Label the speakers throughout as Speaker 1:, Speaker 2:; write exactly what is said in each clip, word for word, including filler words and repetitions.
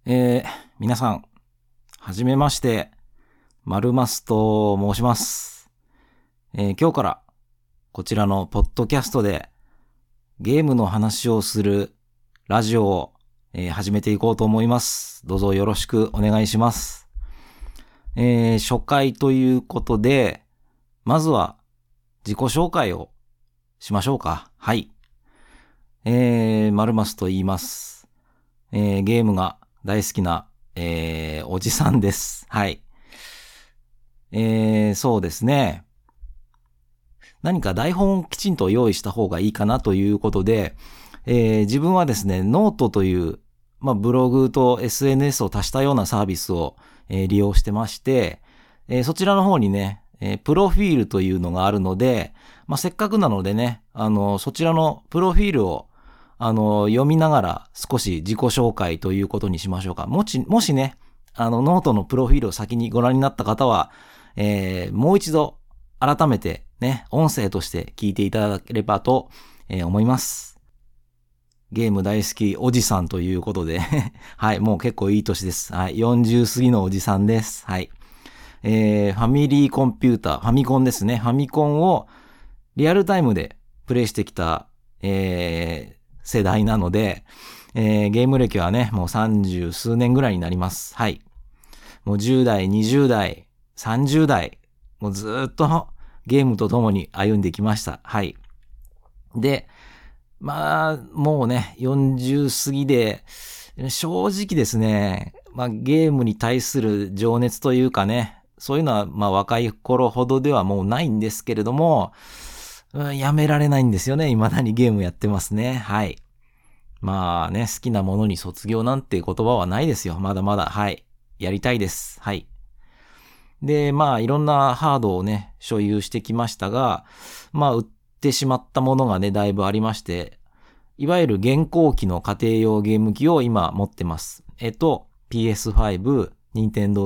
Speaker 1: えー、皆さん、はじめまして、マルマスと申します。えー、今日からこちらのポッドキャストでゲームの話をするラジオを、えー始めていこうと思います。どうぞよろしくお願いします。えー、初回ということで、まずは自己紹介をしましょうか。はい。えー、マルマスと言います。えー、ゲームが大好きな、えー、おじさんです。はい。えー、そうですね。何か台本をきちんと用意した方がいいかなということで、えー、自分はですね、ノートという、まあ、ブログと エスエヌエス を足したようなサービスを、えー利用してまして、えーそちらの方にね、えープロフィールというのがあるので、まあ、せっかくなのでね、あの、そちらのプロフィールを、あの、読みながら少し自己紹介ということにしましょうか。もし、もしね、あの、ノートのプロフィールを先にご覧になった方は、えーもう一度改めてね、音声として聞いていただければと、えー思います。ゲーム大好きおじさんということで、はい、もう結構いい年です。はい、よんじゅう過ぎのおじさんです。はい。えー、ファミリーコンピューター、ファミコンですね。ファミコンをリアルタイムでプレイしてきた、えー、世代なので、えー、ゲーム歴はね、もうさんじゅう数年ぐらいになります。はい。もうじゅう代、にじゅう代、さんじゅう代、もうずーっとゲームと共に歩んできました。はい。で、まあ、もうね、よんじゅう過ぎで、正直ですね、まあゲームに対する情熱というかね、そういうのはまあ若い頃ほどではもうないんですけれども、うん、やめられないんですよね。未だにゲームやってますね。はい。まあね、好きなものに卒業なんて言葉はないですよ。まだまだ。はい。やりたいです。はい。で、まあ、いろんなハードをね、所有してきましたが、まあ、売ってしまったものがね、だいぶありまして、いわゆる現行機の家庭用ゲーム機を今持ってます。えっと、ピーエスファイブ、Nintendo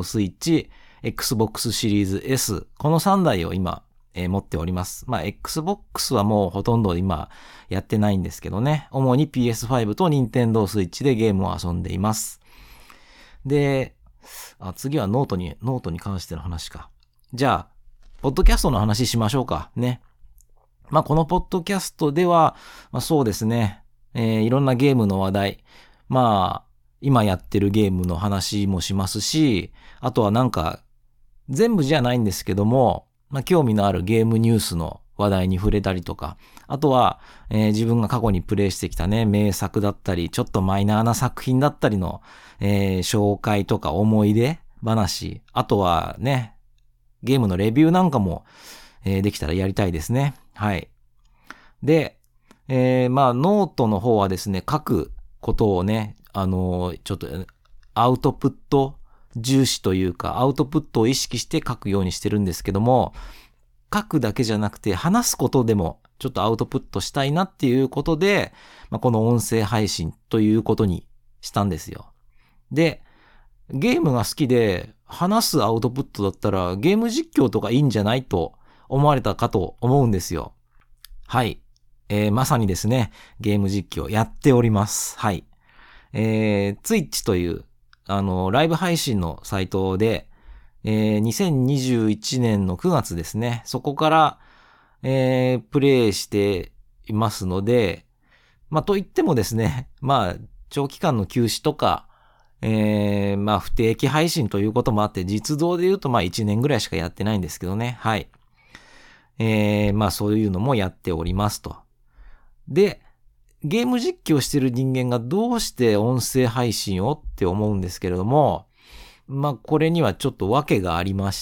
Speaker 1: Switch、Xbox シリーズ S、このさんだいを今、えー持っております。まあ、Xbox はもうほとんど今やってないんですけどね、主に ピーエスファイブ と Nintendo Switch でゲームを遊んでいます。で、あ、次はノートに、ノートに関しての話か。じゃあ、ポッドキャストの話しましょうか。ね。まあ、このポッドキャストでは、まあ、そうですね。えーいろんなゲームの話題。まあ、今やってるゲームの話もしますし、あとはなんか、全部じゃないんですけども、まあ、興味のあるゲームニュースの話題に触れたりとか、あとは、えー自分が過去にプレイしてきたね、名作だったり、ちょっとマイナーな作品だったりの、えー紹介とか思い出話、あとはね、ゲームのレビューなんかも、えーできたらやりたいですね。はい。で、えーまあ、ノートの方はですね、書くことをね、あのーちょっと、アウトプット重視というか、アウトプットを意識して書くようにしてるんですけども、書くだけじゃなくて、話すことでも、ちょっとアウトプットしたいなっていうことで、まあ、この音声配信ということにしたんですよ。で、ゲームが好きで、話すアウトプットだったら、ゲーム実況とかいいんじゃないと思われたかと思うんですよ。はい。えー、まさにですね、ゲーム実況やっております。はい。えー、Twitch という、あの、ライブ配信のサイトで、えー、にせんにじゅういちねんのくがつですね、そこから、えー、プレイしていますので、まあ、といってもですね、まあ、長期間の休止とか、えー、まあ、不定期配信ということもあって、実動で言うと、まあ、いちねんぐらいしかやってないんですけどね。はい。えー、まあ、そういうのもやっておりますと。で、ゲーム実況してる人間がどうして音声配信をって思うんですけれども、まあ、これにはちょっと訳がありまして、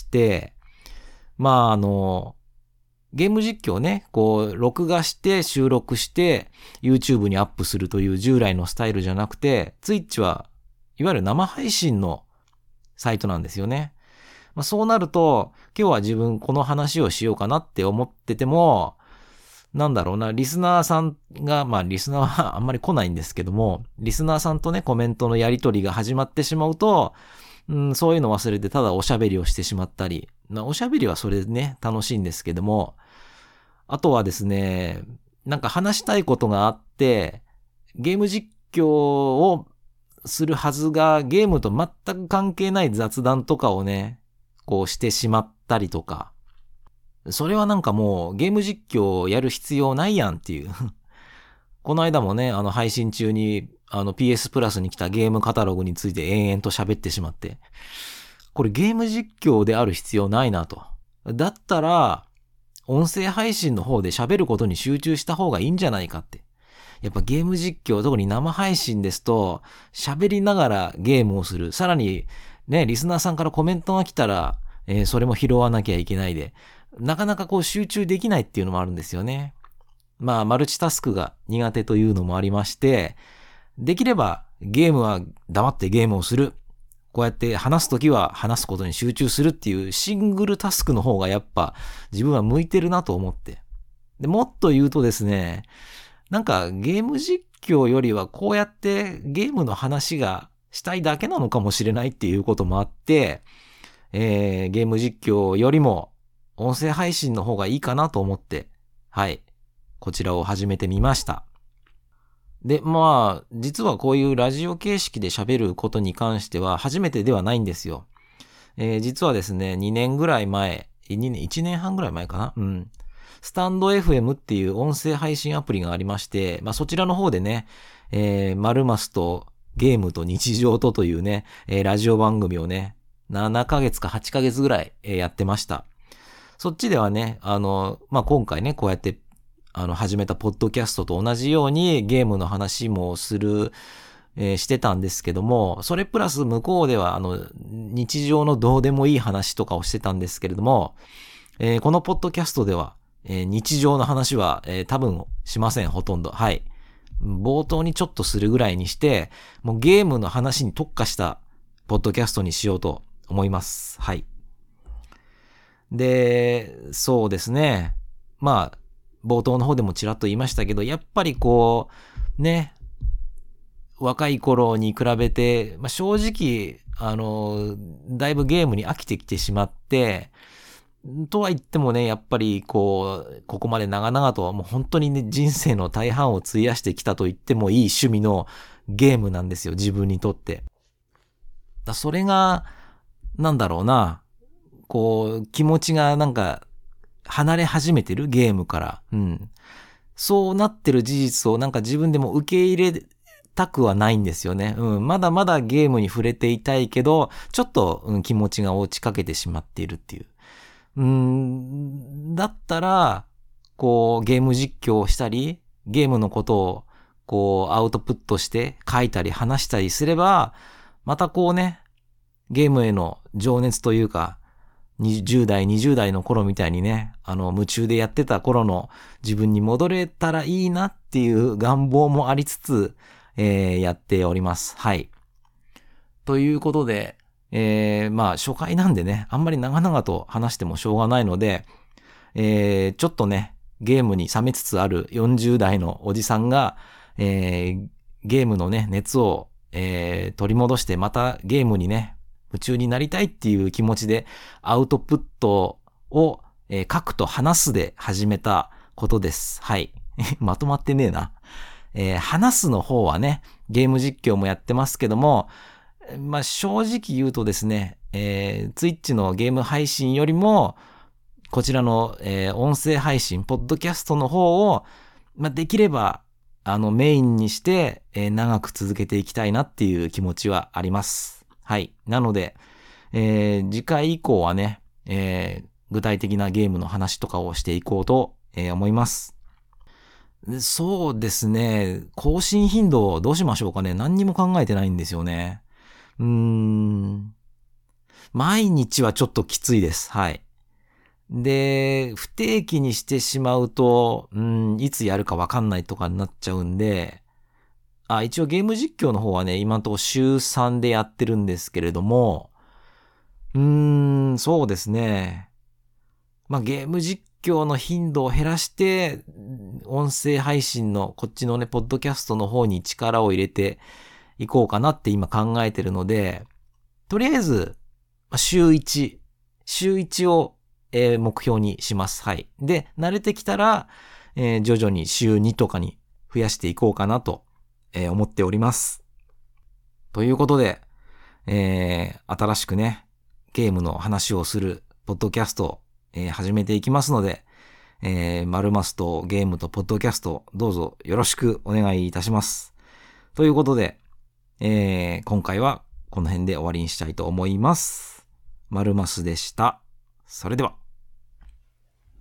Speaker 1: まあ、あの、ゲーム実況ね、こう、録画して収録して YouTube にアップするという従来のスタイルじゃなくて、Twitch はいわゆる生配信のサイトなんですよね。まあ、そうなると、今日は自分この話をしようかなって思ってても、なんだろうな、リスナーさんが、まあリスナーはあんまり来ないんですけども、リスナーさんとね、コメントのやり取りが始まってしまうと、うん、そういうの忘れてただおしゃべりをしてしまったり、まあおしゃべりはそれでね、楽しいんですけども、あとはですね、なんか話したいことがあって、ゲーム実況をするはずが、ゲームと全く関係ない雑談とかをね、こうしてしまったりとか、それはなんかもうゲーム実況をやる必要ないやんっていう。この間もね、あの配信中にあの ピーエス プラスに来たゲームカタログについて延々と喋ってしまって、これゲーム実況である必要ないなと。だったら、音声配信の方で喋ることに集中した方がいいんじゃないかって。やっぱゲーム実況、特に生配信ですと、喋りながらゲームをする。さらに、ね、リスナーさんからコメントが来たら、えー、それも拾わなきゃいけないで、なかなかこう集中できないっていうのもあるんですよね。まあ、マルチタスクが苦手というのもありまして、できればゲームは黙ってゲームをする。こうやって話すときは話すことに集中するっていうシングルタスクの方がやっぱ自分は向いてるなと思って。で、もっと言うとですね、なんかゲーム実況よりはこうやってゲームの話がしたいだけなのかもしれないっていうこともあって、えー、ゲーム実況よりも音声配信の方がいいかなと思って、はい、こちらを始めてみました。で、まあ、実はこういうラジオ形式で喋ることに関しては初めてではないんですよ。えー、実はですね、にねんぐらい前、にねん、いちねんはんぐらい前かな。うん。スタンド エフエム っていう音声配信アプリがありまして、まあそちらの方でね、えー、マルマスとゲームと日常とというね、えー、ラジオ番組をね、ななかげつかはちかげつぐらい、えー、やってました。そっちではね、あの、まあ今回ね、こうやって、あの、始めたポッドキャストと同じようにゲームの話もする、えー、してたんですけども、それプラス向こうでは、あの、日常のどうでもいい話とかをしてたんですけれども、えー、このポッドキャストでは、えー、日常の話は、えー、多分しません、ほとんど。はい。冒頭にちょっとするぐらいにして、もうゲームの話に特化したポッドキャストにしようと思います。はい。で、そうですね。まあ、冒頭の方でもちらっと言いましたけど、やっぱりこう、ね、若い頃に比べて、まあ、正直、あの、だいぶゲームに飽きてきてしまって、とは言ってもね、やっぱりこう、ここまで長々とはもう本当にね、人生の大半を費やしてきたと言ってもいい趣味のゲームなんですよ、自分にとって。だそれが、なんだろうな、こう、気持ちがなんか、離れ始めてるゲームから。うん。そうなってる事実をなんか自分でも受け入れたくはないんですよね。うん。まだまだゲームに触れていたいけど、ちょっと、うん、気持ちが落ちかけてしまっているっていう。うーん。だったら、こう、ゲーム実況をしたり、ゲームのことを、こう、アウトプットして書いたり話したりすれば、またこうね、ゲームへの情熱というか、じゅう代、にじゅう代の頃みたいにね、あの、夢中でやってた頃の自分に戻れたらいいなっていう願望もありつつ、えー、やっております。はい。ということで、えー、まあ、初回なんでね、あんまり長々と話してもしょうがないので、えー、ちょっとね、ゲームに冷めつつあるよんじゅう代のおじさんが、えー、ゲームのね、熱を、えー、取り戻してまたゲームにね、夢中になりたいっていう気持ちでアウトプットを、えー、書くと話すで始めたことです。はい。まとまってねえな。えー、話すの方はね、ゲーム実況もやってますけども、まあ、正直言うとですね、えー、Twitch のゲーム配信よりも、こちらの、えー、音声配信、ポッドキャストの方を、まあ、できれば、あの、メインにして、えー、長く続けていきたいなっていう気持ちはあります。はい。なので、えー、次回以降はね、えー、具体的なゲームの話とかをしていこうと、えー、思います。そうですね。更新頻度どうしましょうかね。何にも考えてないんですよね。うーん。毎日はちょっときついです。はい。で、不定期にしてしまうと、うん、いつやるかわかんないとかになっちゃうんで、あ、一応ゲーム実況の方はね、今のところ週さんでやってるんですけれども、うーん、そうですね。まあ、ゲーム実況の頻度を減らして、音声配信のこっちのね、ポッドキャストの方に力を入れていこうかなって今考えてるので、とりあえず、週いち、週いちを、えー、目標にします。はい。で、慣れてきたら、えー、徐々に週にとかに増やしていこうかなと、えー、思っております。 ということで、えー、新しくね、ゲームの話をするポッドキャストを、えー、始めていきますので、えー、マルマスとゲームとポッドキャスト、どうぞよろしくお願いいたします。ということで、えー、今回はこの辺で終わりにしたいと思います。マルマスでした。それでは。